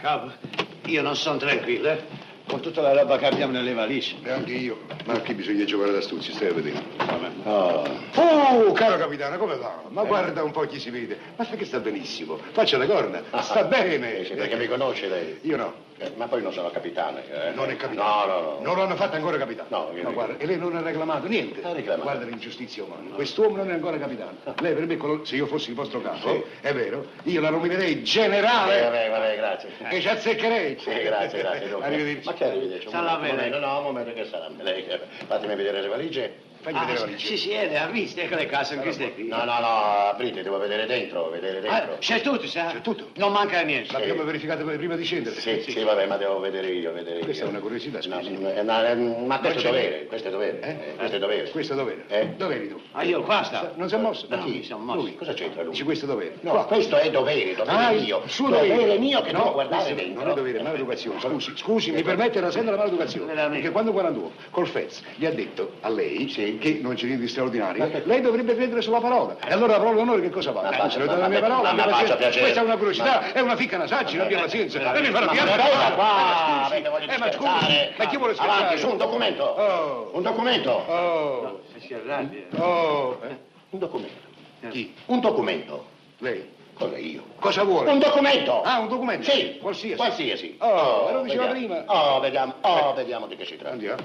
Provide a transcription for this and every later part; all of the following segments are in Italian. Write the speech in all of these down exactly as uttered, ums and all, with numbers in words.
capo, io non sono tranquillo, eh. Con tutta la roba che abbiamo nelle valigie. E anche io. Ma qui bisogna giocare d'astuzia, stai a vedere. Oh. Oh, caro capitano, come va? Ma eh. guarda un po' chi si vede. Ma sa che sta benissimo. Faccia le corna. Sta bene. Sì, perché mi conosce lei? Io no. Eh, ma poi non sono capitano. Eh. Non è capitano? No, no, no. Non l'hanno fatto ancora capitano? No, io no, guarda, e lei non ha reclamato niente? Ha reclamato. Guarda l'ingiustizia umana. No. Quest'uomo non è ancora capitano. No. Lei per me, se io fossi il vostro capo, sì. È vero, io la nominerei generale. Eh, vabbè, vabbè, grazie. E ci azzeccherei. Sì, grazie, grazie. Arrivederci. Ma che arrivederci? Sarà un momento, no, un momento che sarà. Lei, fatemi vedere le valigie. Fagli Ah, vedere la valigia. sì, sì, eh, ha visto, ecco le case, anche queste qui. No, no, no, aprite, devo vedere dentro, vedere dentro. Ah, c'è tutto, sa? C'è tutto. Non manca niente. L'abbiamo verificato prima di scendere. Sì, sì, sì, vabbè, ma devo vedere io, vedere Questa io. è una curiosità, scusi. No, no, no, ma questo è c'è dovere, questo è dovere. Eh? Eh, questo è dovere. Questo è dovere. Eh? Dove eri tu? Ah, io qua sta. Non si è mosso? Da No, chi? mi sono mosso. Lui. Cosa c'entra lui? Dice questo è dovere. No, Qua. questo è dovere, dovere Ah, mio. suo dovere dovere. mio che no, devo guardare questo dentro. Non è dovere, è maleducazione. Scusi, scusi, mi permette la senda la maleducazione. Veramente. Perché quando quarantuno col Fez gli ha detto a lei Sì. che non c'è niente di straordinario, Ma che- lei dovrebbe credere sulla parola. E allora la parola d'onore che cosa fa? Ma Eh, faccia- se le do ma- la mia ma- parola, ma- abbia ma faccia pazienza. piacere. Questa è una curiosità, Ma- è una ficca nasaccia, abbia pazienza. Ma- Lei mi fa la ma- pianta. ma- ma- Eh, qua, ma scusi. avete voglia di Eh, ma scusi, scherzare? ma chi vuole scherzare? Avanti, su un documento. Oh. Un documento. Oh, Se si arrabbia. oh. Eh? Un documento. Chi? Un documento. Lei? Cosa io? Cosa vuole? Un documento! Ah, un documento? Sì. Qualsiasi? Qualsiasi. Oh, lo diceva vediamo. prima. Oh, vediamo. Oh, vediamo di che si tratta. Andiamo.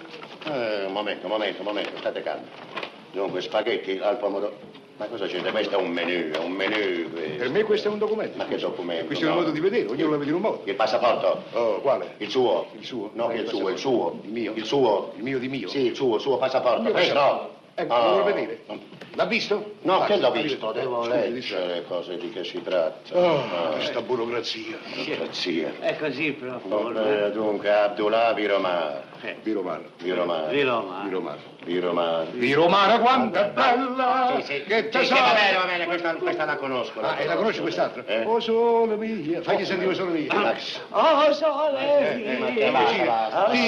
Eh, un momento, un momento, un momento, state calmi. Dunque, spaghetti al pomodoro. Ma cosa c'entra? Questo è un menù, è un menù. Questo. Per me questo è un documento. Ma che documento? Questo è un No. modo di vedere, ognuno la vede in un modo. Il passaporto? Oh, quale? Il suo? Il suo? No, Eh, il il suo, il passaporto. suo. Il mio? Il suo? Il mio di mio? Sì, il suo, il suo passaporto. Il mio Questo? passaporto. Ecco, Ah. lo vuole vedere? L'ha visto? No, Vai, che l'ho vai, visto, vai. devo Scusi, leggere cose di che si tratta. Oh, Ah, questa burocrazia. burocrazia. È così proprio. Eh, dunque, Abdullah Viromar. Di Romano. Viromar. Di Roma. Di Romano. Viromar. Di Romano quanto è bella! Sì, sì, Che sì, tesoro! sì, va bene, va bene, questa, questa la conosco. Ah, e la conosci quest'altra? Eh? Oh, sole mia. Fagli sentire sole mia. Max. Oh, sole Eh, eh, ma mia. che basta, basta. Ti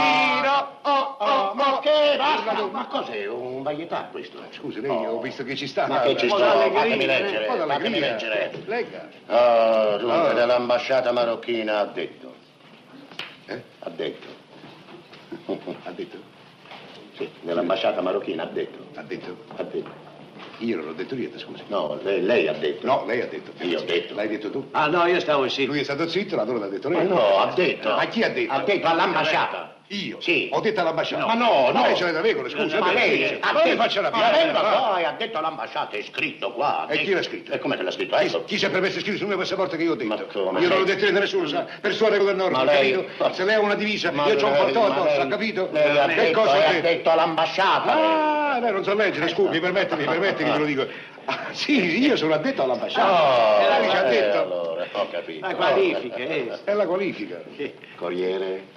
dirò, oh, oh, Ma che basta? Ma- Ma cos'è? Un varietà questo? Scusi, lei, ho visto che ci sta. Ma che ci Un po' sto? d'allegria, Fatemi eh. leggere, Un po' fatemi d'allegria. leggere. Legga. Ah, dunque, Ah. dell'ambasciata marocchina ha detto. Eh? Ha detto. Ha detto? Sì, dell'ambasciata marocchina ha detto. Ha detto? Ha detto. Io non ho detto niente, scusi. No, lei, lei ha detto. No, lei ha detto. Io ho detto. L'hai detto tu? Ah, no, io stavo zitto. Lui è stato zitto, allora l'ha detto Ma lei. no, ha detto. Ma chi ha detto? Ha detto all'ambasciata. Io? Sì. Ho detto all'ambasciata. Ma no, no. Lei ce l'ha da regole, scusa. Ma lei ha ha detto... detto, faccia la ma pianta. venga va. poi, ha detto all'ambasciata, è scritto qua. ha E detto- chi l'ha scritto? E come te l'ha scritto? Ecco. Chi si è permesso di scrivere sul mio passaporto che io ho detto? Ma come? Io non l'ho detto niente a nessuno, sa? Per sua regola del nord, Ma ha lei- capito? Se lei ha una divisa, Ma io c'ho un lei- portone ma addosso, lei- ha capito? Lei ha Che detto, cosa lei ha ha detto? detto all'ambasciata. lei. Ah, lei non sa leggere, scusi, mi permette, mi permette che glielo dico. Ah, sì, io sono addetto all'ambasciata. Oh, E lei ci ha eh, detto. allora, ho capito. La qualifica, eh. È la qualifica. Corriere.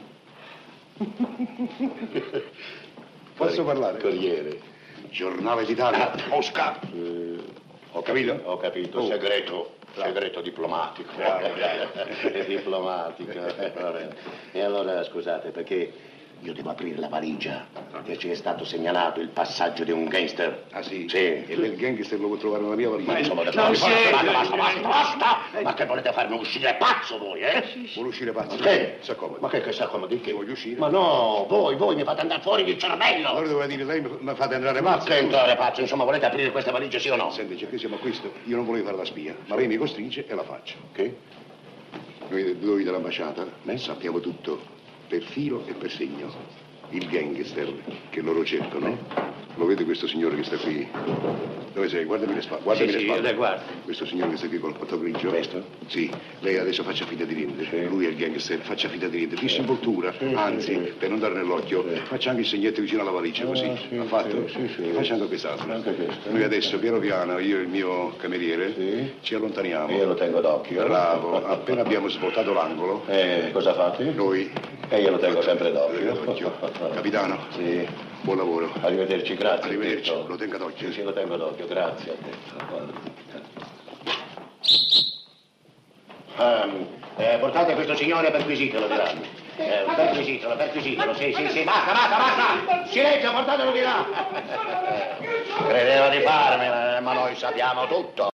Posso parlare? Corriere. Giornale d'Italia, Mosca. Eh, ho Capito? Ho capito, Oh. segreto. Bravo. Segreto diplomatico. Bravo, bravo. Diplomatico. eh, va bene. E allora, scusate, perché io devo aprire la valigia, perché ci è stato segnalato il passaggio di un gangster. Ah sì? Sì. E lei il gangster lo può trovare nella mia Ma valigia. insomma, Non basta, siete- basta, basta, basta, basta! Ma che volete farmi uscire pazzo voi, eh? Vuole uscire pazzo? Che? Si accomodi. Ma che, che sa come di che? Voglio uscire. Ma no, voi, voi mi fate andare fuori il cervello! Allora doveva dire, lei mi mi fate andare Ma pazzo. che entrare pazzo, insomma, volete aprire queste valigie, sì o no? Senti, c'è che siamo a questo. Io non volevo fare la spia, ma lei mi costringe e la faccio. Che? Noi, noi dell'ambasciata sappiamo tutto, per filo e per segno. Il gangster che loro cercano. Lo vede questo signore che sta qui? Dove sei? Guardami le spalle. Guardami Sì, le sì, spalle. io le guardo. Questo signore che sta qui col fatto grigio. Questo? Sì. Lei adesso faccia finta di niente. Sì. Lui è il gangster, faccia finta di niente. Disinvoltura. Anzi, sì, sì. per non dare nell'occhio, Sì. faccia anche il segnetto vicino alla valigia, così. Ah, sì, ha fatto? sì, sì, sì. Faccia anche quest'altro. Anche questo. Noi adesso, piano piano, io e il mio cameriere, Sì. ci allontaniamo. Io lo tengo d'occhio. Bravo. Appena abbiamo svoltato l'angolo, E cosa fate? noi... E io lo tengo sempre d'occhio. D'occhio. Capitano, Sì. buon lavoro. Arrivederci, grazie. Arrivederci, detto. lo tenga d'occhio. Sì, sì, lo tengo d'occhio, grazie. ha detto. Ehm, eh, portate questo signore, perquisitelo di là. Eh, perquisitelo, perquisitelo, sì, sì, sì, basta, basta, basta! Silenzio, portatelo di là! Credeva di farmela, ma noi sappiamo tutto.